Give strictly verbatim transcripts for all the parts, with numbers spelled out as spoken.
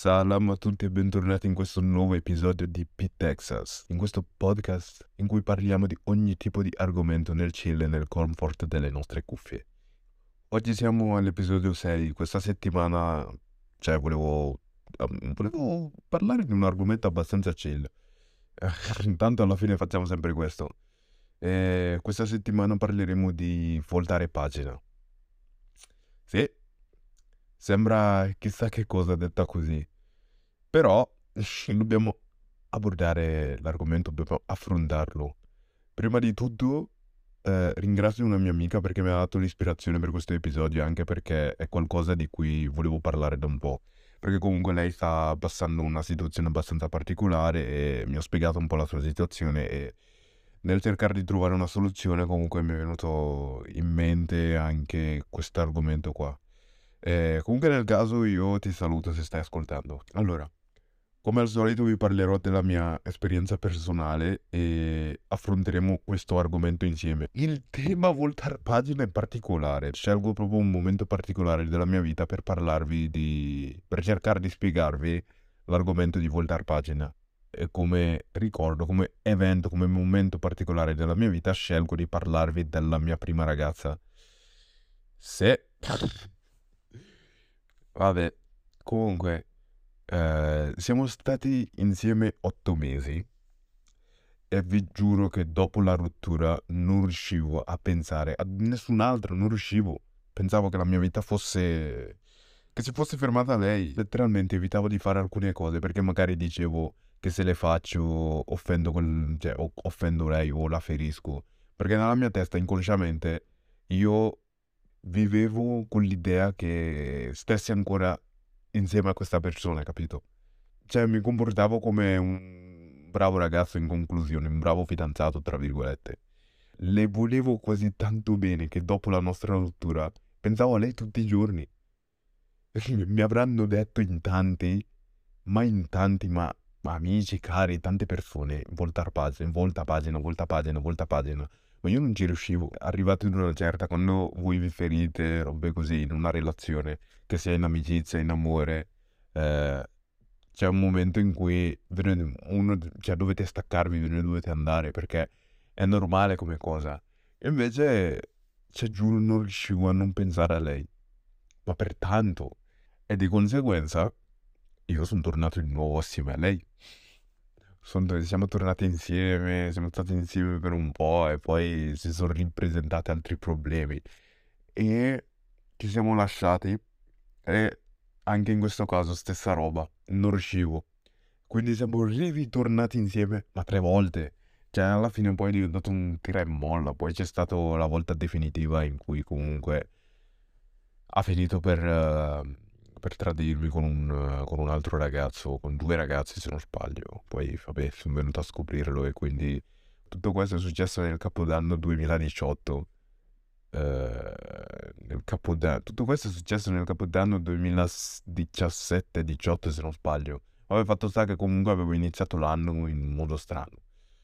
Salam a tutti e bentornati in questo nuovo episodio di P-Texas, in questo podcast in cui parliamo di ogni tipo di argomento nel chill e nel comfort delle nostre cuffie. Oggi siamo all'episodio sei, questa settimana, cioè volevo, um, volevo parlare di un argomento abbastanza chill. Intanto alla fine facciamo sempre questo. E questa settimana parleremo di voltare pagina. Sì, sembra chissà che cosa detta così. Però dobbiamo abbordare l'argomento, dobbiamo affrontarlo. Prima di tutto eh, ringrazio una mia amica perché mi ha dato l'ispirazione per questo episodio, anche perché è qualcosa di cui volevo parlare da un po'. Perché comunque lei sta passando una situazione abbastanza particolare e mi ha spiegato un po' la sua situazione e nel cercare di trovare una soluzione comunque mi è venuto in mente anche questo argomento qua. Eh, comunque nel caso io ti saluto se stai ascoltando. Allora, come al solito vi parlerò della mia esperienza personale e affronteremo questo argomento insieme. Il tema voltar pagina è particolare, scelgo proprio un momento particolare della mia vita per parlarvi di... per cercare di spiegarvi l'argomento di voltar pagina. E come ricordo, come evento, come momento particolare della mia vita, scelgo di parlarvi della mia prima ragazza. Se... Vabbè, comunque... Eh, siamo stati insieme otto mesi e vi giuro che dopo la rottura non riuscivo a pensare a nessun altro, non riuscivo. Pensavo che la mia vita fosse... che si fosse fermata lei. Letteralmente evitavo di fare alcune cose perché magari dicevo che se le faccio offendo, quel... cioè, o- offendo lei o la ferisco. Perché nella mia testa inconsciamente io vivevo con l'idea che stessi ancora insieme a questa persona, capito? Cioè, mi comportavo come un bravo ragazzo in conclusione, un bravo fidanzato, tra virgolette. Le volevo così tanto bene che dopo la nostra rottura pensavo a lei tutti i giorni. Mi avranno detto in tanti, ma in tanti, ma, ma amici, cari, tante persone, voltar pagina, volta pagina, volta pagina, volta pagina. Ma io non ci riuscivo. Arrivato ad una certa, quando voi vi ferite, robe così, in una relazione, che sia in amicizia, in amore, eh, c'è un momento in cui ve ne- uno, cioè, dovete staccarvi, ve ne dovete andare, perché è normale come cosa. E invece, cioè, giuro, non riuscivo a non pensare a lei. Ma per tanto. E di conseguenza io sono tornato di nuovo assieme a lei. Sono- siamo tornati insieme, siamo stati insieme per un po' e poi si sono ripresentati altri problemi. E ci siamo lasciati e anche in questo caso stessa roba, non riuscivo. Quindi siamo ritornati insieme, ma tre volte. Cioè alla fine poi è diventato un tira e molla, poi c'è stata la volta definitiva in cui comunque ha finito per, eh, per tradirmi con un, con un altro ragazzo, con due ragazzi se non sbaglio. Poi, vabbè, sono venuto a scoprirlo e quindi tutto questo è successo nel Capodanno duemiladiciotto. Eh, nel Capodanno, tutto questo è successo nel Capodanno duemiladiciassette diciotto se non sbaglio. Vabbè, fatto sta che comunque avevo iniziato l'anno in modo strano.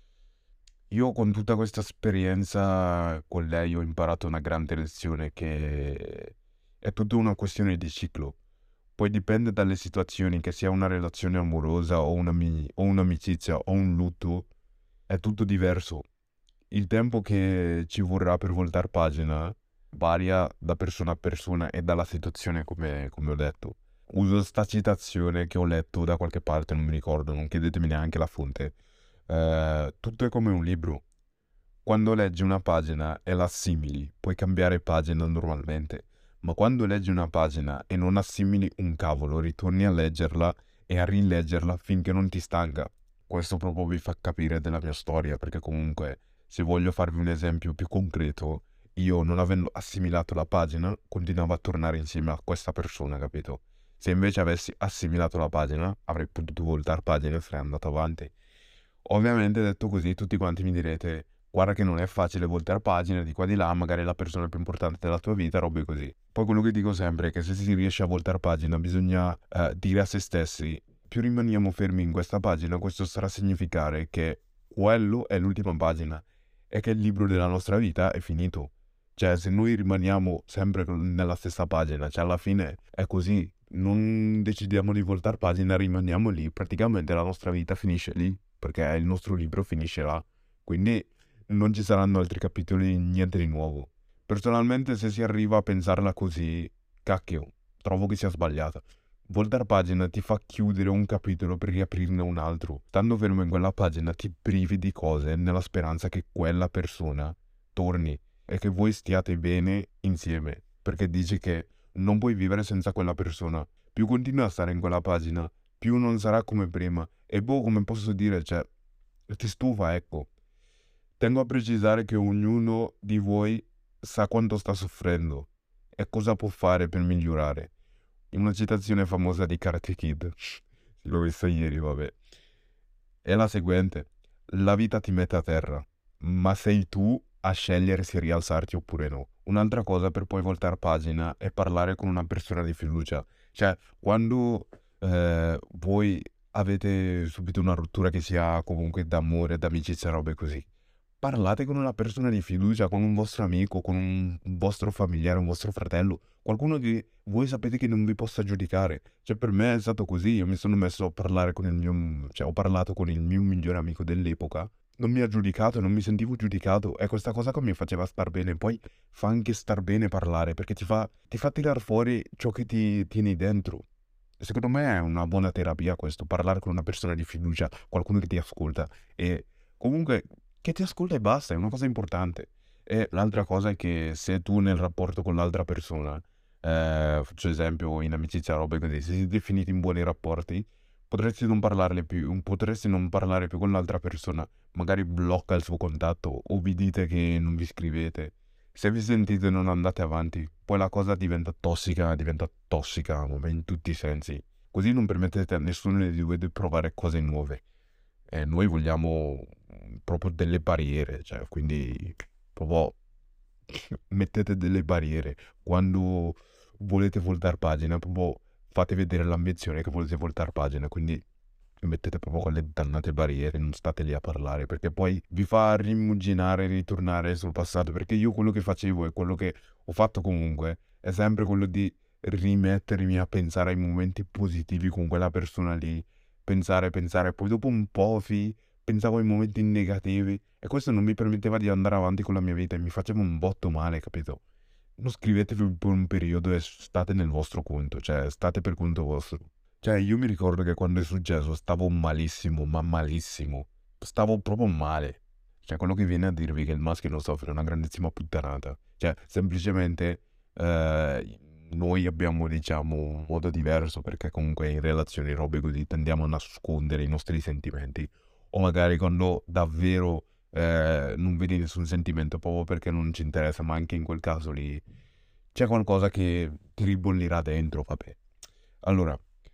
Io con tutta questa esperienza con lei ho imparato una grande lezione che è tutta una questione di ciclo. Poi dipende dalle situazioni, che sia una relazione amorosa o, un'ami- o un'amicizia o un lutto, è tutto diverso. Il tempo che ci vorrà per voltare pagina varia da persona a persona e dalla situazione, come, come ho detto. Uso sta citazione che ho letto da qualche parte, non mi ricordo, non chiedetemi neanche la fonte. Eh, tutto è come un libro. Quando leggi una pagina e la assimili, puoi cambiare pagina normalmente, ma quando leggi una pagina e non assimili un cavolo, ritorni a leggerla e a rileggerla finché non ti stanca. Questo proprio vi fa capire della mia storia, perché comunque, se voglio farvi un esempio più concreto, io non avendo assimilato la pagina, continuavo a tornare insieme a questa persona, capito? Se invece avessi assimilato la pagina, avrei potuto voltare pagina e sarei andato avanti. Ovviamente detto così, tutti quanti mi direte, guarda che non è facile voltare pagina di qua di là, magari è la persona più importante della tua vita, robe così. Poi quello che dico sempre è che se si riesce a voltare pagina bisogna eh, dire a se stessi, più rimaniamo fermi in questa pagina, questo sarà a significare che quello è l'ultima pagina e che il libro della nostra vita è finito. Cioè, se noi rimaniamo sempre nella stessa pagina, cioè alla fine è così, non decidiamo di voltar pagina, rimaniamo lì, praticamente la nostra vita finisce lì, perché il nostro libro finisce là, quindi non ci saranno altri capitoli, niente di nuovo. Personalmente, se si arriva a pensarla così, cacchio, trovo che sia sbagliata. Voltar pagina ti fa chiudere un capitolo per riaprirne un altro. Stando fermo in quella pagina ti privi di cose nella speranza che quella persona torni e che voi stiate bene insieme, perché dici che non puoi vivere senza quella persona. Più continui a stare in quella pagina, più non sarà come prima. E boh, come posso dire, cioè, ti stufa, ecco. Tengo a precisare che ognuno di voi sa quanto sta soffrendo e cosa può fare per migliorare. In una citazione famosa di Karate Kid, l'ho vista ieri, vabbè, è la seguente: la vita ti mette a terra, ma sei tu a scegliere se rialzarti oppure no. Un'altra cosa per poi voltare pagina è parlare con una persona di fiducia. Cioè, quando eh, voi avete subito una rottura che sia comunque d'amore, d'amicizia, robe così, parlate con una persona di fiducia, con un vostro amico, con un vostro familiare, un vostro fratello, qualcuno che voi sapete che non vi possa giudicare. Cioè, per me è stato così. Io mi sono messo a parlare con il mio, cioè, ho parlato con il mio migliore amico dell'epoca. Non mi ha giudicato, non mi sentivo giudicato e questa cosa qua mi faceva star bene. Poi fa anche star bene parlare perché ti fa, ti fa tirar fuori ciò che ti tieni dentro. Secondo me è una buona terapia questo, parlare con una persona di fiducia, qualcuno che ti ascolta e comunque che ti ascolta e basta, è una cosa importante. E l'altra cosa è che se tu nel rapporto con l'altra persona, eh, faccio esempio in amicizia, robe così, se siete finiti in buoni rapporti, potresti non parlarle più, potresti non parlare più con l'altra persona, magari blocca il suo contatto o vi dite che non vi scrivete. Se vi sentite non andate avanti, poi la cosa diventa tossica, diventa tossica ma in tutti i sensi. Così non permettete a nessuno di voi di provare cose nuove. E noi vogliamo proprio delle barriere, cioè, quindi proprio mettete delle barriere. Quando volete voltare pagina, proprio fate vedere l'ambizione che volete voltare pagina, quindi mettete proprio quelle dannate barriere, non state lì a parlare, perché poi vi fa rimuginare, ritornare sul passato, perché io quello che facevo e quello che ho fatto comunque è sempre quello di rimettermi a pensare ai momenti positivi con quella persona lì, pensare, pensare, poi dopo un po' fi, pensavo ai momenti negativi e questo non mi permetteva di andare avanti con la mia vita e mi faceva un botto male, capito? Non scrivetevi per un periodo e state nel vostro conto, cioè state per conto vostro. Cioè, io mi ricordo che quando è successo stavo malissimo, ma malissimo. Stavo proprio male. Cioè, quello che viene a dirvi che il maschio non soffre è una grandissima puttanata. Cioè, semplicemente eh, noi abbiamo, diciamo, un modo diverso perché comunque in relazioni, robe così, tendiamo a nascondere i nostri sentimenti. O magari quando davvero eh, non vedi nessun sentimento proprio perché non ci interessa, ma anche in quel caso lì c'è qualcosa che ti ribollirà dentro, vabbè. Allora,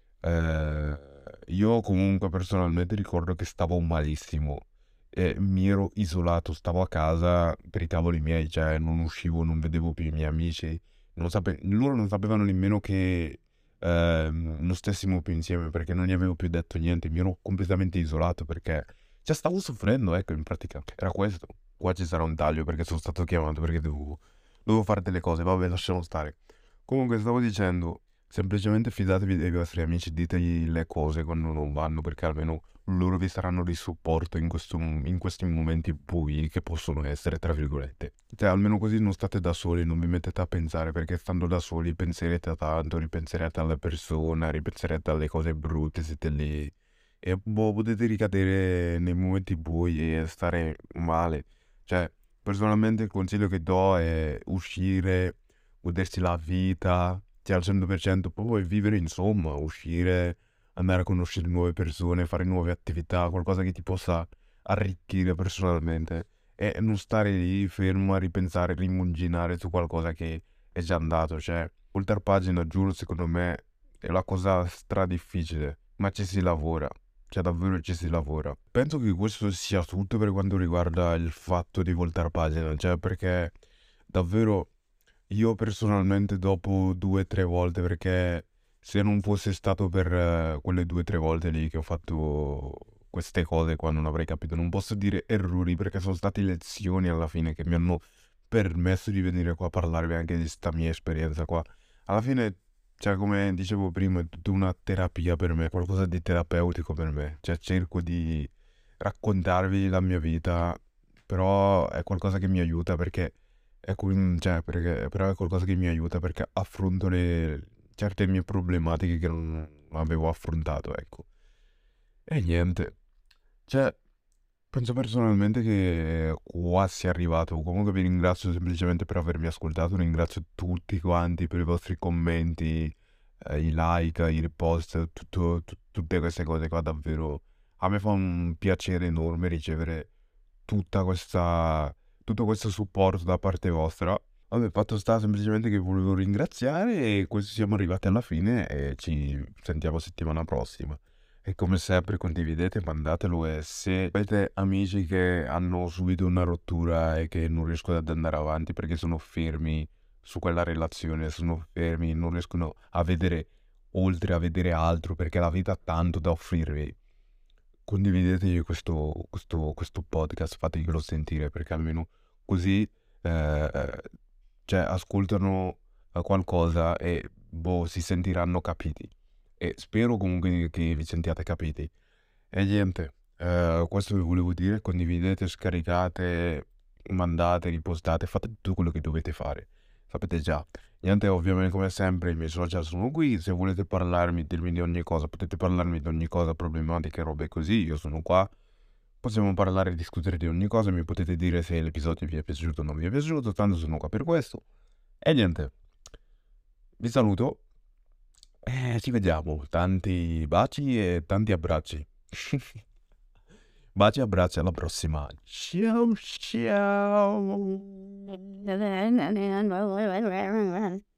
eh, io comunque personalmente ricordo che stavo malissimo e mi ero isolato, stavo a casa per i cavoli miei, cioè non uscivo, non vedevo più i miei amici, non sape- loro non sapevano nemmeno che ehm, non stessimo più insieme perché non gli avevo più detto niente, mi ero completamente isolato perché cioè, stavo soffrendo, ecco, in pratica, era questo. Qua ci sarà un taglio perché sono stato chiamato perché devo, devo fare delle cose, vabbè, lasciamo stare. Comunque stavo dicendo, semplicemente fidatevi dei vostri amici, ditegli le cose quando non vanno, perché almeno loro vi saranno di supporto in, questo- in questi momenti bui che possono essere, tra virgolette. Cioè, almeno così non state da soli, non vi mettete a pensare, perché stando da soli penserete a tanto, ripenserete alle persone, ripenserete alle cose brutte, siete lì. E boh, potete ricadere nei momenti bui e stare male. Cioè, personalmente il consiglio che do è uscire, godersi la vita, cioè al cento per cento, poi vivere insomma, uscire, andare a conoscere nuove persone, fare nuove attività, qualcosa che ti possa arricchire personalmente e non stare lì fermo a ripensare, rimuginare su qualcosa che è già andato, cioè voltare pagina, giuro, secondo me è la cosa stra difficile, ma ci si lavora, cioè davvero ci si lavora. Penso che questo sia tutto per quanto riguarda il fatto di voltare pagina, cioè perché davvero io personalmente dopo due o tre volte, perché se non fosse stato per eh, quelle due o tre volte lì che ho fatto queste cose qua non avrei capito. Non posso dire errori perché sono state lezioni alla fine che mi hanno permesso di venire qua a parlarvi anche di questa mia esperienza qua. Alla fine Cioè, come dicevo prima, è tutta una terapia per me, qualcosa di terapeutico per me. Cioè, cerco di raccontarvi la mia vita, però è qualcosa che mi aiuta perché è, quel- cioè, perché- però è qualcosa che mi aiuta perché affronto le certe mie problematiche che non avevo affrontato, ecco. E niente. Cioè, penso personalmente che qua sia arrivato. Comunque vi ringrazio semplicemente per avermi ascoltato. Ringrazio tutti quanti per i vostri commenti, eh, i like, i repost, tutto- tu- tutte queste cose qua. Davvero a me fa un piacere enorme ricevere tutta questa, tutto questo supporto da parte vostra. Vabbè, fatto sta semplicemente che volevo ringraziare e così siamo arrivati alla fine e ci sentiamo settimana prossima. E come sempre condividete, mandatelo e se avete amici che hanno subito una rottura e che non riescono ad andare avanti perché sono fermi su quella relazione, sono fermi, non riescono a vedere oltre, a vedere altro perché la vita ha tanto da offrirvi, condividete questo, questo, questo podcast, fateglielo sentire perché almeno così eh, cioè, ascoltano eh, qualcosa e boh, si sentiranno capiti. E spero comunque che vi sentiate capiti. E niente, eh, questo vi volevo dire, condividete, scaricate, mandate, ripostate, fate tutto quello che dovete fare. Sapete già. Niente, ovviamente come sempre i miei social sono qui, se volete parlarmi, dirmi di ogni cosa, potete parlarmi di ogni cosa, problematiche, robe così, io sono qua. Possiamo parlare e discutere di ogni cosa, mi potete dire se l'episodio vi è piaciuto o non vi è piaciuto, tanto sono qua per questo. E niente, vi saluto e ci vediamo. Tanti baci e tanti abbracci. Baci e abbracci, alla prossima. Ciao ciao.